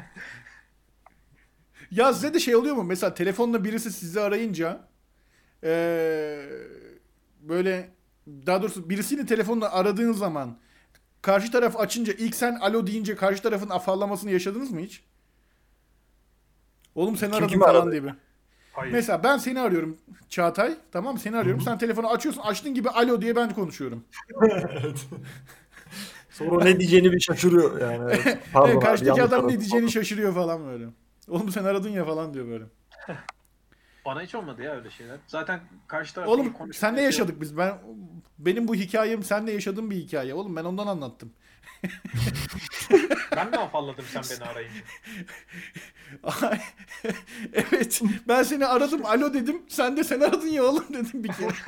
Ya size de şey oluyor mu? Mesela telefonla birisi sizi arayınca eee, böyle daha doğrusu birisini telefonla aradığın zaman karşı taraf açınca ilk sen alo deyince karşı tarafın afallamasını yaşadınız mı hiç? Oğlum seni Kim aradım kimi falan aradı? diye bir. Hayır. Mesela ben seni arıyorum Çağatay. Tamam mı? Seni Hı arıyorum. hı. Sen telefonu açıyorsun. Açtığın gibi alo diye ben konuşuyorum. Evet. Sonra ne diyeceğini bir şaşırıyor yani. Evet. Evet, Pardon abi karşıdaki yanlış adam ne aradım diyeceğini falan. şaşırıyor falan böyle. Oğlum sen aradın ya falan diyor böyle. Bana hiç olmadı ya öyle şeyler. Zaten karşı taraf iyi Oğlum konuşunca senle şey yaşadık biz. Benim bu hikayem senle yaşadığım bir hikaye. Oğlum ben ondan anlattım. ben mi afalladım sen beni arayınca? Ay, evet. Ben seni aradım. Alo dedim. Sen aradın ya oğlum dedim bir kere.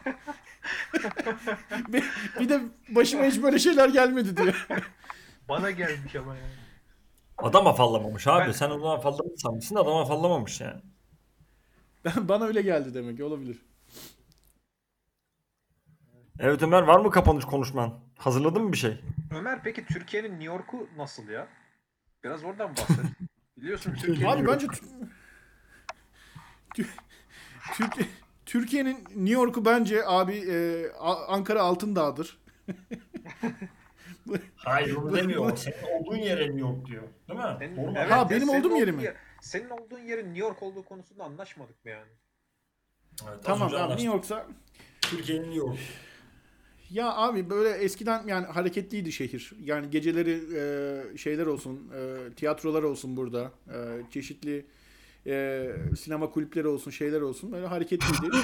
Bir, bir de başıma hiç böyle şeyler gelmedi diyor. Bana gelmiş ama yani. Adam afallamamış abi. Ben Sen onu afallamış sanmışsın. Adam afallamamış yani. Bana öyle geldi demek ki olabilir. Evet Ömer, var mı kapanış konuşman? Hazırladın mı bir şey? Ömer, peki Türkiye'nin New York'u nasıl ya? Biraz oradan bahset. Biliyorsun Türkiye'nin Türkiye'nin Abi New bence York. Tü- Türkiye Türkiye'nin New York'u bence abi Ankara Altındağ'dır. Hayır onu Bu, bu, demiyor. Senin olduğun yere New York diyor. Değil mi? senin, Doğru mu evet ha anladım? ya, benim senin olduğum yeri olduğun mi? yer, senin olduğun yerin New York olduğu konusunda anlaşmadık mı yani? Evet, az Tamam önce tamam New anlaştık. York'sa Türkiye'nin New York. ya abi böyle eskiden yani hareketliydi şehir. Yani geceleri şeyler olsun, tiyatrolar olsun burada. Çeşitli sinema kulüpleri olsun, şeyler olsun. Böyle hareketliydi.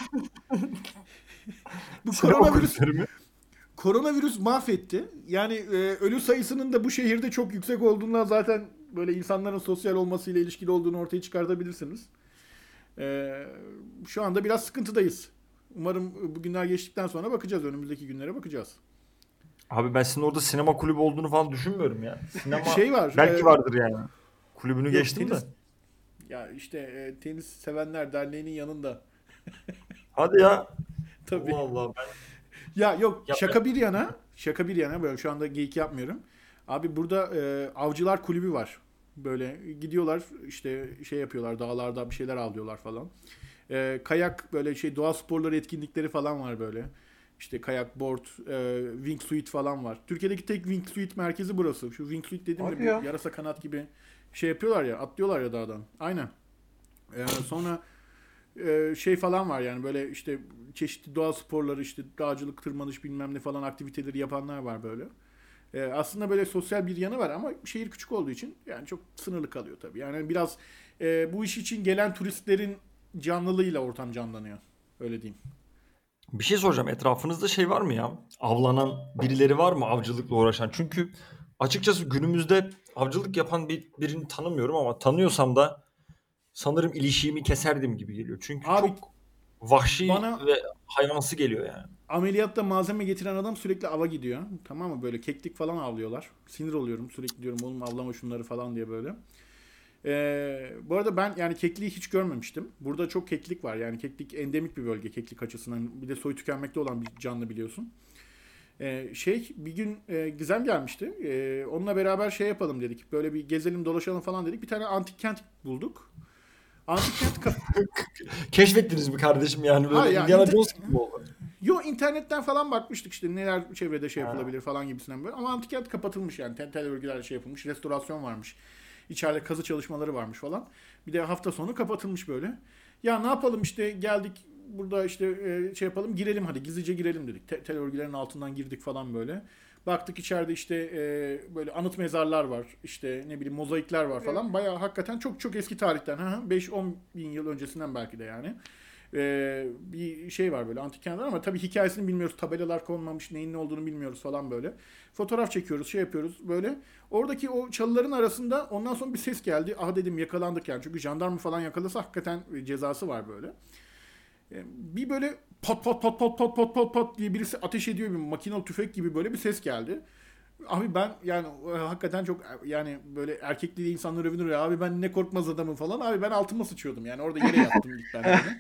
Bu Sinema koronavirüs kulüpleri mi? koronavirüs mahvetti. Yani ölü sayısının da bu şehirde çok yüksek olduğundan zaten böyle insanların sosyal olmasıyla ilişkili olduğunu ortaya çıkartabilirsiniz. E, Şu anda biraz sıkıntıdayız. Umarım bu günler geçtikten sonra bakacağız. Önümüzdeki günlere bakacağız. Abi ben sizin orada sinema kulübü olduğunu falan düşünmüyorum ya. Sinema Şey var. belki vardır yani. Kulübünü Yok geçtim de. tenis. Ya işte Tenis Sevenler Derneği'nin yanında. Hadi ya. Allah Tabii. Allah. Ya yok Ya şaka bir yana. Şaka bir yana böyle şu anda geyik yapmıyorum. Abi burada avcılar kulübü var. Böyle gidiyorlar işte şey yapıyorlar dağlarda bir şeyler avlıyorlar falan. Kayak böyle şey doğa sporları etkinlikleri falan var böyle. İşte kayak, board, wingsuit falan var. Türkiye'deki tek wingsuit merkezi burası. Şu wingsuit dediğimde Hadi bu ya. yarasa kanat gibi şey yapıyorlar ya, atlıyorlar ya dağdan. Aynen. Sonra şey falan var yani böyle işte çeşitli doğa sporları işte dağcılık, tırmanış bilmem ne falan aktiviteleri yapanlar var böyle. Aslında böyle sosyal bir yanı var ama şehir küçük olduğu için yani çok sınırlı kalıyor tabii. Yani biraz bu iş için gelen turistlerin canlılığıyla ortam canlanıyor. Öyle diyeyim. Bir şey soracağım. Etrafınızda şey var mı ya? Avlanan birileri var mı avcılıkla uğraşan? Çünkü açıkçası günümüzde avcılık yapan birini tanımıyorum ama tanıyorsam da sanırım ilişiğimi keserdim gibi geliyor. Çünkü Abi çok vahşi bana ve hayvansı geliyor yani. ameliyatta malzeme getiren adam sürekli ava gidiyor. Tamam mı? Böyle keklik falan avlıyorlar. Sinir oluyorum. Sürekli diyorum oğlum avlama şunları falan diye böyle. Bu arada ben yani kekliği hiç görmemiştim. Burada çok keklik var. Yani keklik endemik bir bölge keklik açısından. Bir de soy tükenmekte olan bir canlı biliyorsun. Şey bir gün Gizem gelmişti. Onunla beraber şey yapalım dedik. Böyle bir gezelim dolaşalım falan dedik. Bir tane antik kent bulduk. Antik kent Keşfettiniz mi kardeşim yani ha böyle ya Indiana Jones gibi mi oldu? yo internetten falan bakmıştık işte neler çevrede şey Ha. yapılabilir falan gibisinden böyle. Ama antik kent kapatılmış yani. Tel örgülerle şey yapılmış. Restorasyon varmış. İçeride kazı çalışmaları varmış falan. Bir de hafta sonu kapatılmış böyle. Ya ne yapalım işte geldik burada işte şey yapalım girelim hadi gizlice girelim dedik. Tel örgülerin altından girdik falan böyle. Baktık içeride işte böyle anıt mezarlar var. İşte ne bileyim mozaikler var falan. Bayağı hakikaten çok çok eski tarihten. 5-10 bin yıl öncesinden belki de yani. Bir şey var böyle antik kentler ama tabii hikayesini bilmiyoruz. Tabelalar konmamış, neyin ne olduğunu bilmiyoruz falan böyle. Fotoğraf çekiyoruz, şey yapıyoruz böyle. Oradaki o çalıların arasında ondan sonra bir ses geldi. Ah dedim yakalandık yani. Çünkü jandarma falan yakalasa hakikaten cezası var böyle. Bir böyle pat pat pat pat pat pat pat pat diye birisi ateş ediyor bir makinalı tüfek gibi böyle bir ses geldi. Abi ben yani hakikaten çok yani böyle erkekliği insanlar övünür ya abi ben ne korkmaz adamım falan. Abi ben altıma sıçıyordum yani orada yere yattım ilk ben yani.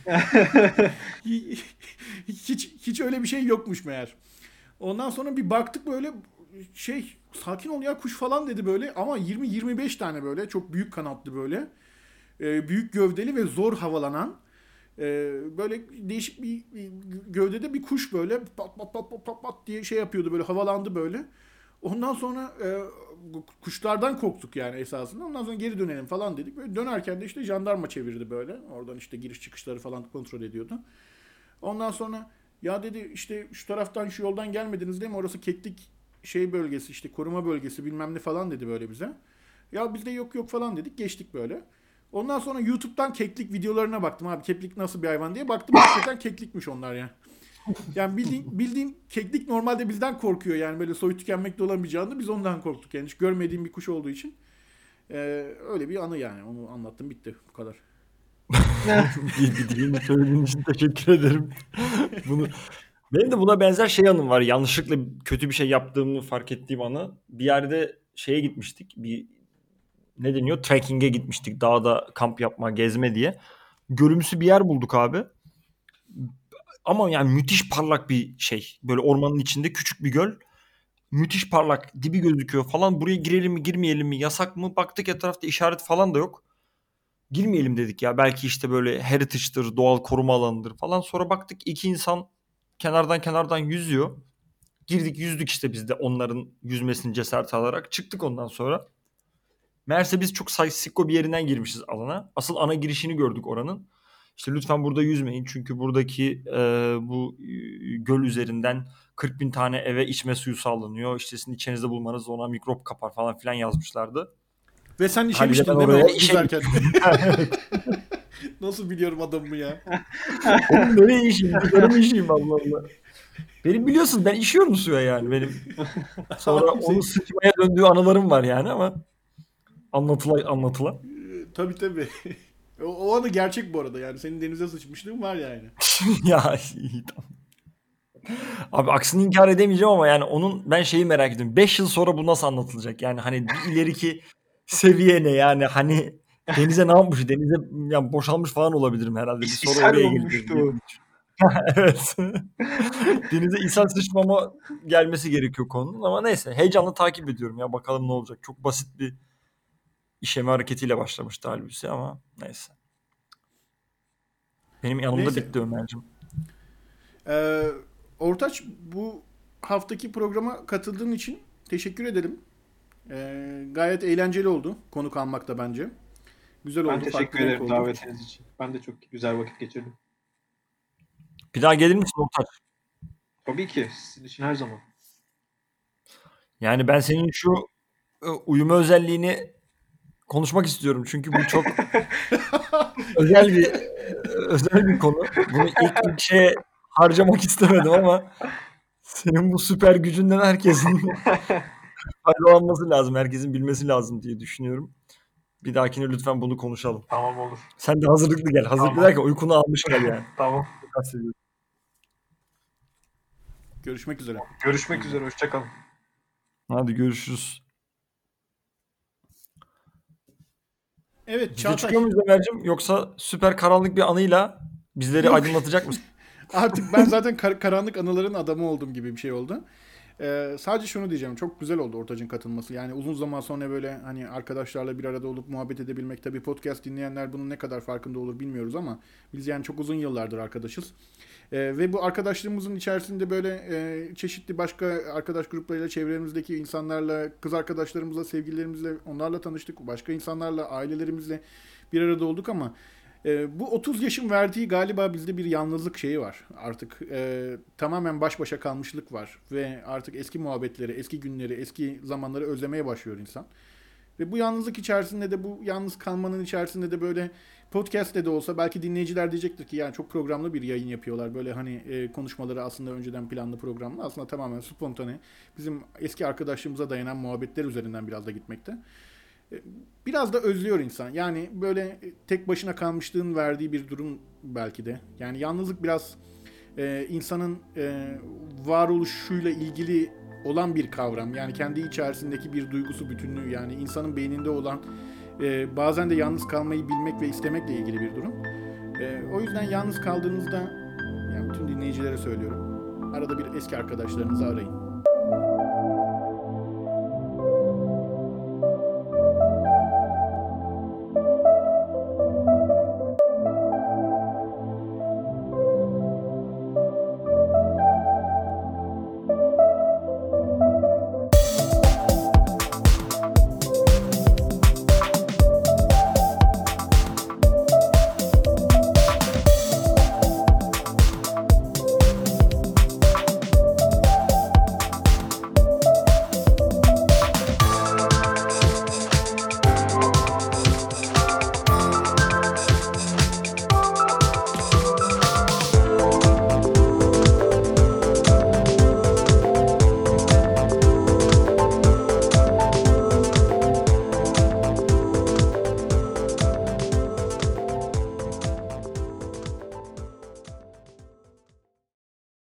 Hiç öyle bir şey yokmuş meğer. Ondan sonra bir baktık böyle şey sakin ol ya kuş falan dedi böyle ama 20-25 tane böyle çok büyük kanatlı böyle büyük gövdeli ve zor havalanan böyle değişik bir gövdede bir kuş böyle pat pat pat pat pat pat diye şey yapıyordu böyle havalandı böyle. Ondan sonra kuşlardan korktuk yani esasında. Ondan sonra geri dönelim falan dedik. Böyle dönerken de işte jandarma çevirdi böyle. Oradan işte giriş çıkışları falan kontrol ediyordu. Ondan sonra ya dedi işte şu taraftan şu yoldan gelmediniz değil mi? Orası keklik şey bölgesi işte koruma bölgesi bilmem ne falan dedi böyle bize. Ya biz de yok yok falan dedik geçtik böyle. Ondan sonra YouTube'dan keklik videolarına baktım abi keklik nasıl bir hayvan diye. Baktım hakikaten keklikmiş onlar ya. Yani bildiğin keklik normalde bizden korkuyor yani böyle soy tükenmekte olan bir canlı biz ondan korktuk yani hiç görmediğim bir kuş olduğu için. Öyle bir anı yani onu anlattım bitti bu kadar. Bildiğini söylediğin için teşekkür ederim. Bunu benim de buna benzer şey anım var. Yanlışlıkla kötü bir şey yaptığımı fark ettiğim anı. Bir yerde şeye gitmiştik. Bir ne deniyor? Trekking'e gitmiştik. Dağda kamp yapma, gezme diye. Gölümsü bir yer bulduk abi. Ama yani müthiş parlak bir şey. Böyle ormanın içinde küçük bir göl. Müthiş parlak. Dibi gözüküyor falan. Buraya girelim mi, girmeyelim mi? Yasak mı? Baktık etrafta işaret falan da yok. Girmeyelim dedik ya. Belki işte böyle heritage'dır, doğal koruma alanıdır falan. Sonra baktık iki insan kenardan yüzüyor. Girdik yüzdük işte biz de onların yüzmesini cesaret alarak. Çıktık ondan sonra. Meğerse biz çok sikko bir yerinden girmişiz alana. Asıl ana girişini gördük oranın. İşte lütfen burada yüzmeyin çünkü buradaki bu göl üzerinden 40 bin tane eve içme suyu sağlanıyor. İşte sizin içinizde bulmanız ona mikrop kapar falan filan yazmışlardı. Ve sen Haliyle ben işemiştin değil mi oraya o işedim. yüzerken? Nasıl biliyorum adamımı ya? Oğlum nereye işeyim? Dışarı mı işeyim Allah Allah. Benim biliyorsun ben işiyorum suya yani. Benim sonra Abi onu sıçmaya döndüğü anılarım var yani ama anlatıla. tabii tabii. O anı gerçek bu arada yani. Senin denize sıçmışlığın var yani. Ya iyi tamam. Abi aksini inkar edemeyeceğim ama yani onun ben şeyi merak ediyorum. 5 yıl sonra bu nasıl anlatılacak? Yani hani bir ileriki seviye ne yani hani denize ne yapmış? Denize yani boşalmış falan olabilirim herhalde. Bir sonra İshal oraya gelir diye. olmuştu. Evet. Denize insan sıçmama gelmesi gerekiyor konunun ama neyse heyecanla takip ediyorum ya bakalım ne olacak. Çok basit bir işeme hareketiyle başlamıştı halbuki ama neyse. Benim yanımda Neyse. bitti Ömer'cim. Ee, Ortaç, bu haftaki programa katıldığın için teşekkür ederim. Gayet eğlenceli oldu konuk almak da bence. Güzel Ben oldu, farklı teşekkür renk ederim oldu. davetiniz için. Ben de çok güzel vakit geçirdim. Bir daha gelir misin Ortaç? Tabii ki sizin için her zaman. Yani ben senin şu uyuma özelliğini konuşmak istiyorum. Çünkü bu çok özel bir konu. Bunu ilk şeye harcamak istemedim ama senin bu süper gücünden herkesin faydalanması lazım. Herkesin bilmesi lazım diye düşünüyorum. Bir dahakine lütfen bunu konuşalım. Tamam olur. Sen de hazırlıklı gel. Hazırlıklı Tamam. derken uykunu almış gel yani. Tamam. Kastediyorum. Görüşmek üzere. Görüşmek üzere. Hoşçakalın. Hadi görüşürüz. Evet Biz de Çağatay. çıkıyor muyuz Ömer'cim? Yoksa süper karanlık bir anıyla bizleri Yok. aydınlatacak mısın? Artık ben zaten karanlık anıların adamı oldum gibi bir şey oldu. Sadece şunu diyeceğim. Çok güzel oldu Ortaç'ın katılması. Yani uzun zaman sonra böyle hani arkadaşlarla bir arada olup muhabbet edebilmek. Tabii podcast dinleyenler bunun ne kadar farkında olur bilmiyoruz ama biz yani çok uzun yıllardır arkadaşız. Ve bu arkadaşlığımızın içerisinde böyle çeşitli başka arkadaş gruplarıyla, çevremizdeki insanlarla, kız arkadaşlarımızla, sevgililerimizle, onlarla tanıştık. Başka insanlarla, ailelerimizle bir arada olduk ama bu 30 yaşın verdiği galiba bizde bir yalnızlık şeyi var. Artık tamamen baş başa kalmışlık var. Ve artık eski muhabbetleri, eski günleri, eski zamanları özlemeye başlıyor insan. Ve bu yalnızlık içerisinde de, bu yalnız kalmanın içerisinde de böyle podcast'te de olsa belki dinleyiciler diyecektir ki yani çok programlı bir yayın yapıyorlar. Böyle hani konuşmaları aslında önceden planlı programlı. Aslında tamamen spontane. Bizim eski arkadaşlığımıza dayanan muhabbetler üzerinden biraz da gitmekte. Biraz da özlüyor insan. Yani böyle tek başına kalmışlığın verdiği bir durum belki de. Yani yalnızlık biraz insanın varoluşuyla ilgili olan bir kavram. Yani kendi içerisindeki bir duygusu bütünlüğü. Yani insanın beyninde olan bazen de yalnız kalmayı bilmek ve istemekle ilgili bir durum. O yüzden yalnız kaldığınızda yani bütün dinleyicilere söylüyorum. Arada bir eski arkadaşlarınızı arayın.